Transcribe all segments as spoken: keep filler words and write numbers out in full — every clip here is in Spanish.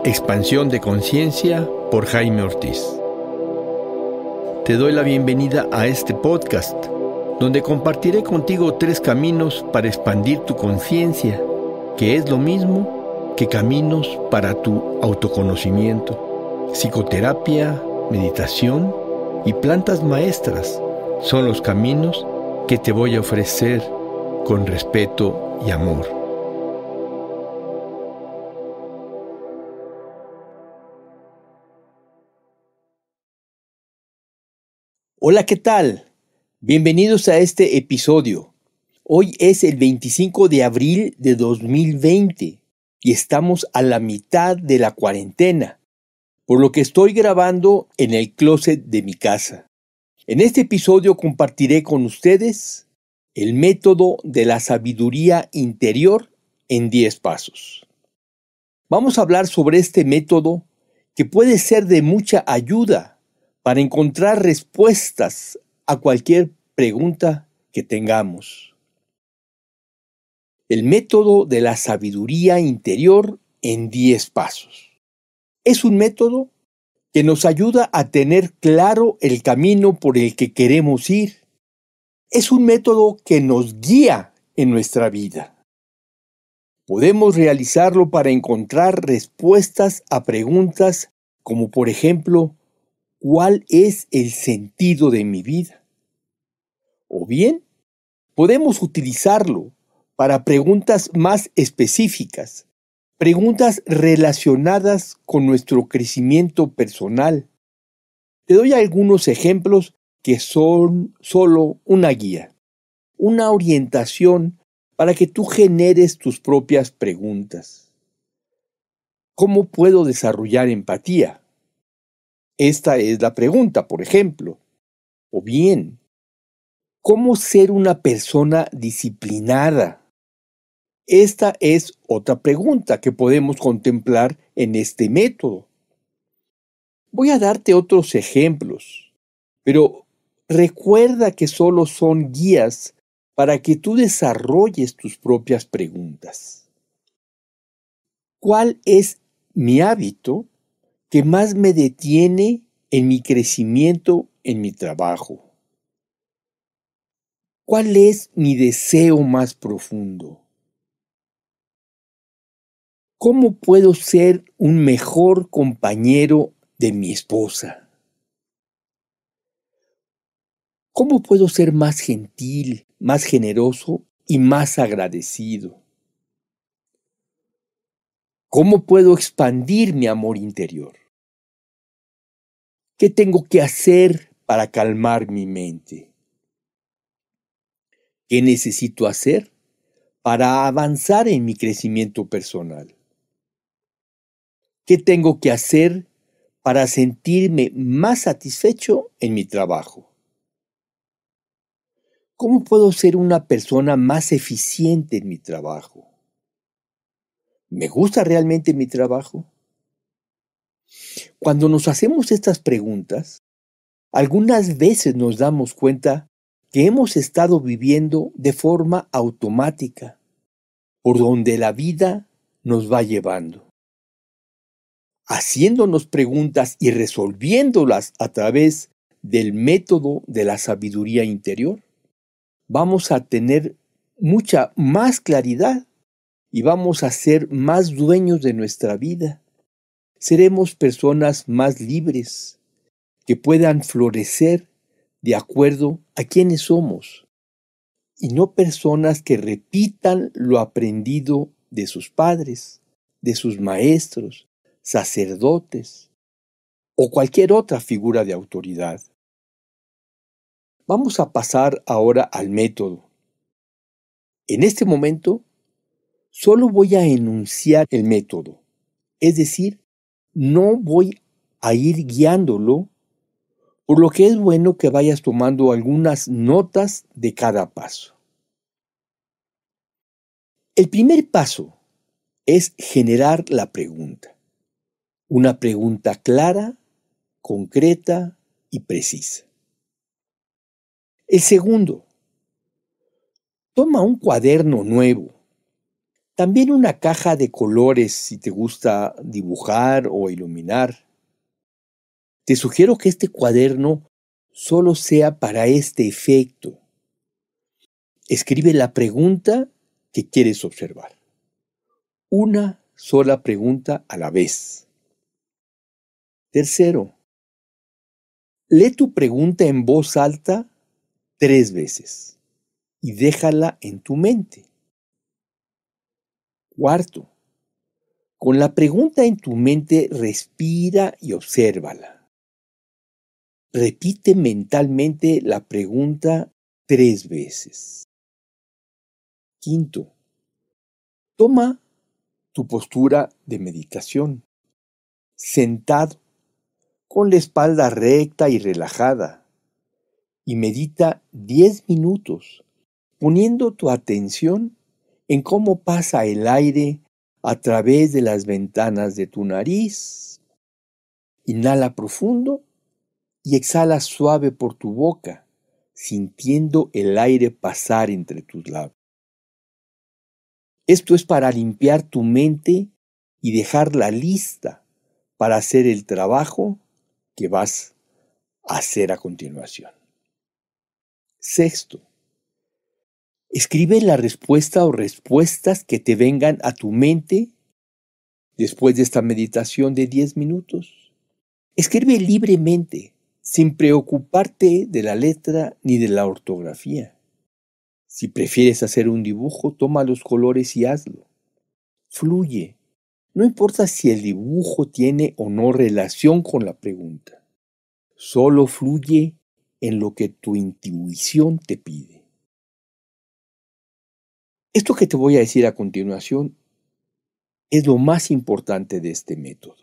Expansión de Conciencia por Jaime Ortiz. Te doy la bienvenida a este podcast, donde compartiré contigo tres caminos para expandir tu conciencia, que es lo mismo que caminos para tu autoconocimiento. Psicoterapia, meditación y plantas maestras son los caminos que te voy a ofrecer con respeto y amor. Hola, ¿qué tal? Bienvenidos a este episodio. Hoy es el veinticinco de abril de dos mil veinte y estamos a la mitad de la cuarentena, por lo que estoy grabando en el closet de mi casa. En este episodio compartiré con ustedes el método de la sabiduría interior en diez pasos. Vamos a hablar sobre este método que puede ser de mucha ayuda para encontrar respuestas a cualquier pregunta que tengamos. El método de la sabiduría interior en diez pasos. Es un método que nos ayuda a tener claro el camino por el que queremos ir. Es un método que nos guía en nuestra vida. Podemos realizarlo para encontrar respuestas a preguntas como, por ejemplo, ¿cuál es el sentido de mi vida? O bien, podemos utilizarlo para preguntas más específicas, preguntas relacionadas con nuestro crecimiento personal. Te doy algunos ejemplos que son solo una guía, una orientación para que tú generes tus propias preguntas. ¿Cómo puedo desarrollar empatía? Esta es la pregunta, por ejemplo. O bien, ¿cómo ser una persona disciplinada? Esta es otra pregunta que podemos contemplar en este método. Voy a darte otros ejemplos, pero recuerda que solo son guías para que tú desarrolles tus propias preguntas. ¿Cuál es mi hábito que más me detiene en mi crecimiento en mi trabajo? ¿Cuál es mi deseo más profundo? ¿Cómo puedo ser un mejor compañero de mi esposa? ¿Cómo puedo ser más gentil, más generoso y más agradecido? ¿Cómo puedo expandir mi amor interior? ¿Qué tengo que hacer para calmar mi mente? ¿Qué necesito hacer para avanzar en mi crecimiento personal? ¿Qué tengo que hacer para sentirme más satisfecho en mi trabajo? ¿Cómo puedo ser una persona más eficiente en mi trabajo? ¿Me gusta realmente mi trabajo? Cuando nos hacemos estas preguntas, algunas veces nos damos cuenta que hemos estado viviendo de forma automática, por donde la vida nos va llevando. Haciéndonos preguntas y resolviéndolas a través del método de la sabiduría interior, vamos a tener mucha más claridad y vamos a ser más dueños de nuestra vida. Seremos personas más libres que puedan florecer de acuerdo a quienes somos y no personas que repitan lo aprendido de sus padres, de sus maestros, sacerdotes o cualquier otra figura de autoridad. Vamos a pasar ahora al método. En este momento, solo voy a enunciar el método, es decir, no voy a ir guiándolo, por lo que es bueno que vayas tomando algunas notas de cada paso. El primer paso es generar la pregunta, una pregunta clara, concreta y precisa. El segundo, toma un cuaderno nuevo. También una caja de colores si te gusta dibujar o iluminar. Te sugiero que este cuaderno solo sea para este efecto. Escribe la pregunta que quieres observar. Una sola pregunta a la vez. Tercero, lee tu pregunta en voz alta tres veces y déjala en tu mente. Cuarto, con la pregunta en tu mente respira y obsérvala. Repite mentalmente la pregunta tres veces. Quinto, toma tu postura de meditación, sentado, con la espalda recta y relajada, y medita diez minutos, poniendo tu atención en cómo pasa el aire a través de las ventanas de tu nariz. Inhala profundo y exhala suave por tu boca, sintiendo el aire pasar entre tus labios. Esto es para limpiar tu mente y dejarla lista para hacer el trabajo que vas a hacer a continuación. Sexto, escribe la respuesta o respuestas que te vengan a tu mente después de esta meditación de diez minutos. Escribe libremente, sin preocuparte de la letra ni de la ortografía. Si prefieres hacer un dibujo, toma los colores y hazlo. Fluye. No importa si el dibujo tiene o no relación con la pregunta. Solo fluye en lo que tu intuición te pide. Esto que te voy a decir a continuación es lo más importante de este método.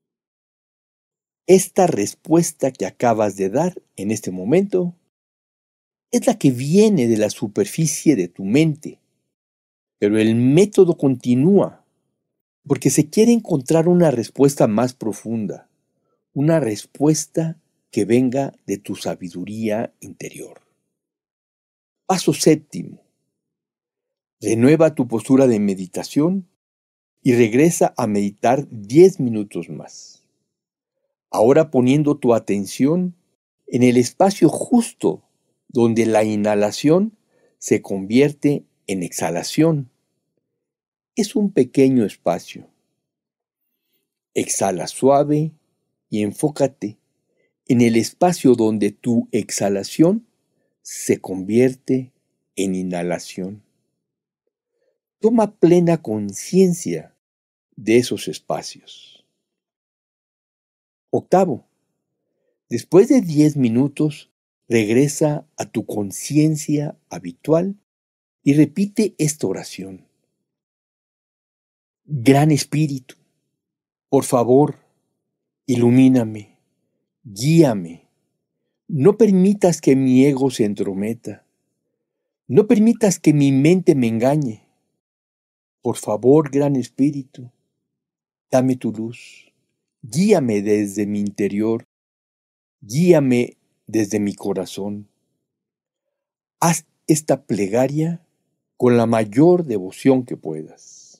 Esta respuesta que acabas de dar en este momento es la que viene de la superficie de tu mente, pero el método continúa porque se quiere encontrar una respuesta más profunda, una respuesta que venga de tu sabiduría interior. Paso séptimo. Renueva tu postura de meditación y regresa a meditar diez minutos más. Ahora poniendo tu atención en el espacio justo donde la inhalación se convierte en exhalación. Es un pequeño espacio. Exhala suave y enfócate en el espacio donde tu exhalación se convierte en inhalación. Toma plena conciencia de esos espacios. Octavo, después de diez minutos, regresa a tu conciencia habitual y repite esta oración. Gran Espíritu, por favor, ilumíname, guíame. No permitas que mi ego se entrometa. No permitas que mi mente me engañe. Por favor, Gran Espíritu, dame tu luz. Guíame desde mi interior. Guíame desde mi corazón. Haz esta plegaria con la mayor devoción que puedas.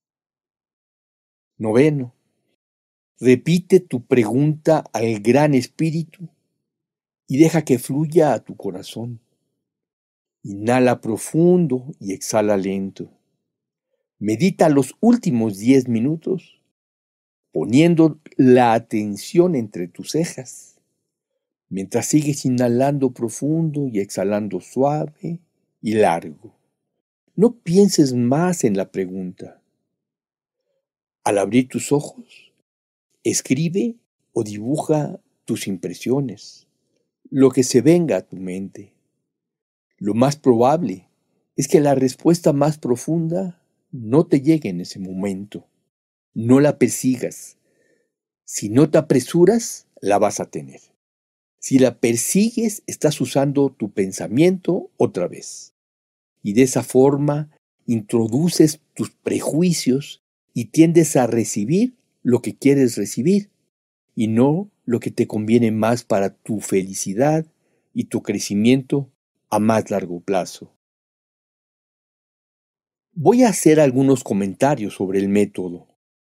Noveno, repite tu pregunta al Gran Espíritu y deja que fluya a tu corazón. Inhala profundo y exhala lento. Medita los últimos diez minutos poniendo la atención entre tus cejas, mientras sigues inhalando profundo y exhalando suave y largo. No pienses más en la pregunta. Al abrir tus ojos, escribe o dibuja tus impresiones, lo que se venga a tu mente. Lo más probable es que la respuesta más profunda no te llegue en ese momento. No la persigas. Si no te apresuras, la vas a tener. Si la persigues, estás usando tu pensamiento otra vez. Y de esa forma introduces tus prejuicios y tiendes a recibir lo que quieres recibir y no lo que te conviene más para tu felicidad y tu crecimiento a más largo plazo. Voy a hacer algunos comentarios sobre el método.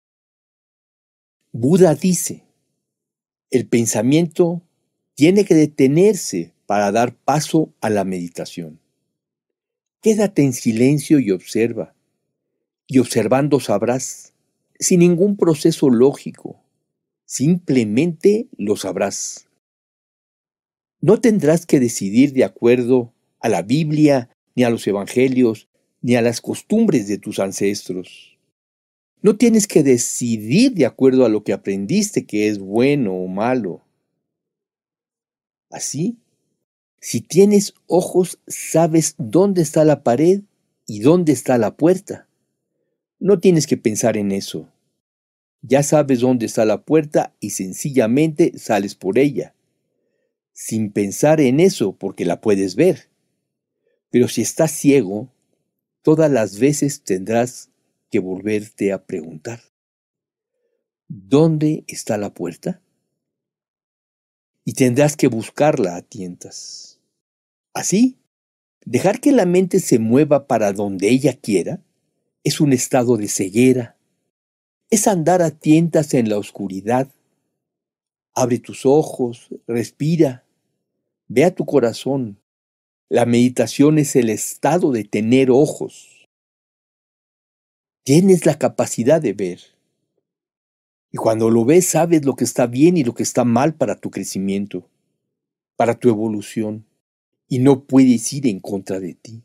Buda dice, el pensamiento tiene que detenerse para dar paso a la meditación. Quédate en silencio y observa, y observando sabrás, sin ningún proceso lógico, simplemente lo sabrás. No tendrás que decidir de acuerdo a la Biblia, ni a los evangelios, ni a las costumbres de tus ancestros. No tienes que decidir de acuerdo a lo que aprendiste que es bueno o malo. Así, si tienes ojos, sabes dónde está la pared y dónde está la puerta. No tienes que pensar en eso. Ya sabes dónde está la puerta y sencillamente sales por ella, sin pensar en eso porque la puedes ver. Pero si estás ciego, todas las veces tendrás que volverte a preguntar, ¿dónde está la puerta? Y tendrás que buscarla a tientas. Así, dejar que la mente se mueva para donde ella quiera es un estado de ceguera. Es andar a tientas en la oscuridad. Abre tus ojos, respira, ve a tu corazón. La meditación es el estado de tener ojos. Tienes la capacidad de ver. Y cuando lo ves, sabes lo que está bien y lo que está mal para tu crecimiento, para tu evolución, y no puedes ir en contra de ti.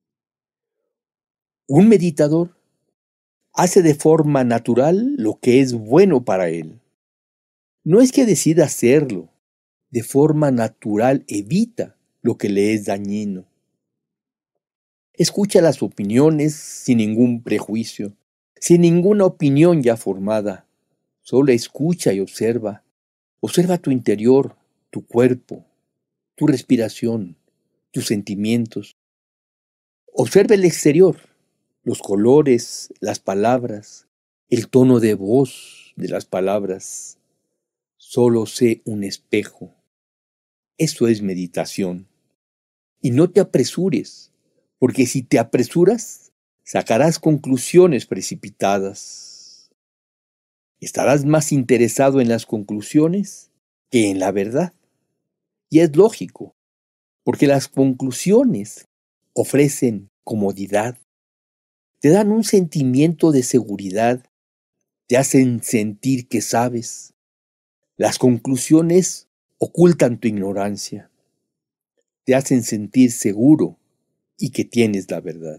Un meditador hace de forma natural lo que es bueno para él. No es que decida hacerlo, de forma natural evita lo que le es dañino. Escucha las opiniones sin ningún prejuicio, sin ninguna opinión ya formada. Solo escucha y observa. Observa tu interior, tu cuerpo, tu respiración, tus sentimientos. Observa el exterior, los colores, las palabras, el tono de voz de las palabras. Solo sé un espejo. Eso es meditación. Y no te apresures, porque si te apresuras, sacarás conclusiones precipitadas. Estarás más interesado en las conclusiones que en la verdad. Y es lógico, porque las conclusiones ofrecen comodidad, te dan un sentimiento de seguridad, te hacen sentir que sabes. Las conclusiones ocultan tu ignorancia, te hacen sentir seguro y que tienes la verdad.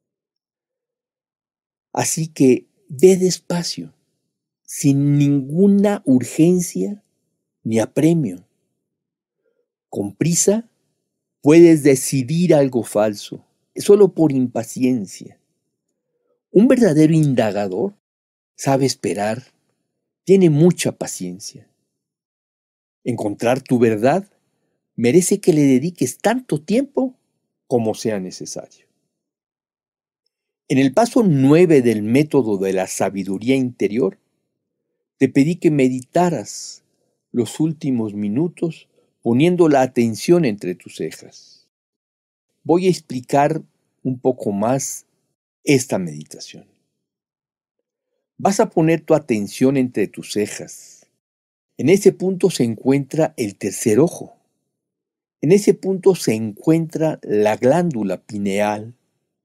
Así que ve despacio, sin ninguna urgencia ni apremio. Con prisa puedes decidir algo falso, solo por impaciencia. Un verdadero indagador sabe esperar, tiene mucha paciencia. Encontrar tu verdad merece que le dediques tanto tiempo como sea necesario. En el paso nueve del método de la sabiduría interior, te pedí que meditaras los últimos minutos poniendo la atención entre tus cejas. Voy a explicar un poco más esta meditación. Vas a poner tu atención entre tus cejas. En ese punto se encuentra el tercer ojo. En ese punto se encuentra la glándula pineal.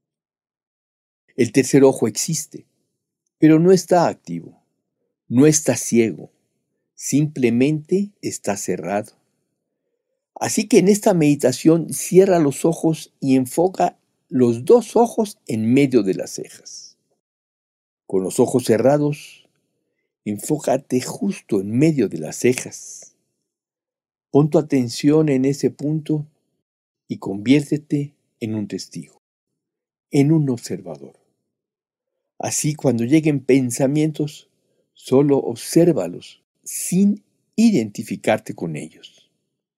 El tercer ojo existe, pero no está activo, no está ciego, simplemente está cerrado. Así que en esta meditación cierra los ojos y enfoca los dos ojos en medio de las cejas. Con los ojos cerrados, enfócate justo en medio de las cejas. Pon tu atención en ese punto y conviértete en un testigo, en un observador. Así, cuando lleguen pensamientos, solo obsérvalos sin identificarte con ellos.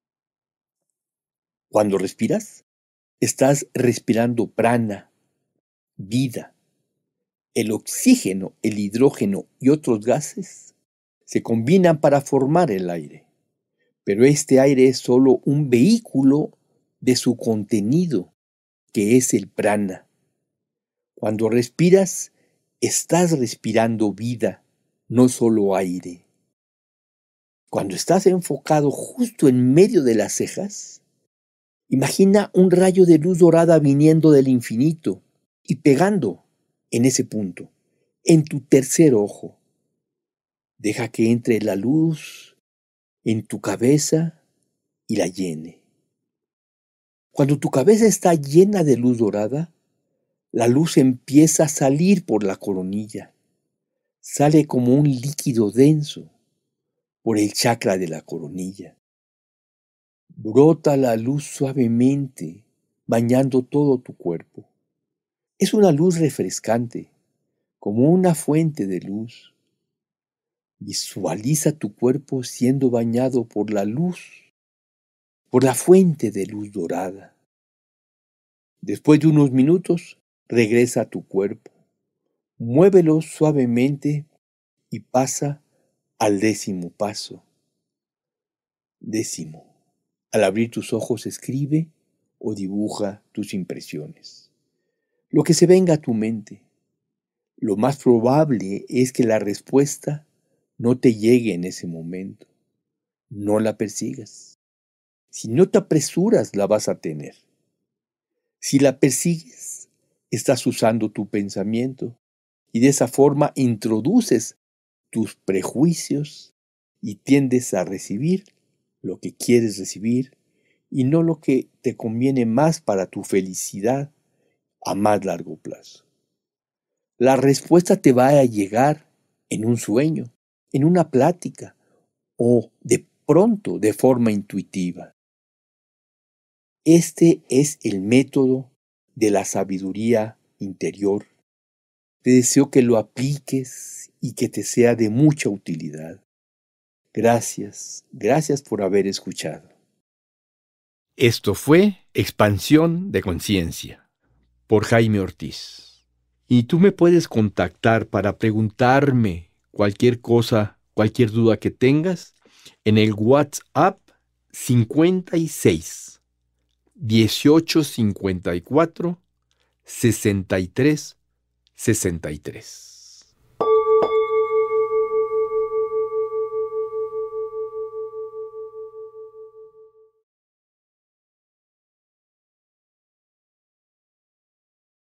Cuando respiras, estás respirando prana, vida. El oxígeno, el hidrógeno y otros gases se combinan para formar el aire, pero este aire es solo un vehículo de su contenido, que es el prana. Cuando respiras, estás respirando vida, no solo aire. Cuando estás enfocado justo en medio de las cejas, imagina un rayo de luz dorada viniendo del infinito y pegando en ese punto, en tu tercer ojo. Deja que entre la luz en tu cabeza y la llene. Cuando tu cabeza está llena de luz dorada, la luz empieza a salir por la coronilla. Sale como un líquido denso por el chakra de la coronilla. Brota la luz suavemente, bañando todo tu cuerpo. Es una luz refrescante, como una fuente de luz. Visualiza tu cuerpo siendo bañado por la luz, por la fuente de luz dorada. Después de unos minutos, regresa a tu cuerpo. Muévelo suavemente y pasa al décimo paso. Décimo. Al abrir tus ojos, escribe o dibuja tus impresiones. Lo que se venga a tu mente. Lo más probable es que la respuesta no te llegue en ese momento. No la persigas. Si no te apresuras, la vas a tener. Si la persigues, estás usando tu pensamiento y de esa forma introduces tus prejuicios y tiendes a recibir lo que quieres recibir y no lo que te conviene más para tu felicidad a más largo plazo. La respuesta te va a llegar en un sueño, en una plática o de pronto de forma intuitiva. Este es el método de la sabiduría interior. Te deseo que lo apliques y que te sea de mucha utilidad. Gracias, gracias por haber escuchado. Esto fue Expansión de Conciencia por Jaime Ortiz. Y tú me puedes contactar para preguntarme cualquier cosa, cualquier duda que tengas en el WhatsApp cincuenta y seis, dieciocho cincuenta y cuatro, sesenta y tres, sesenta y tres.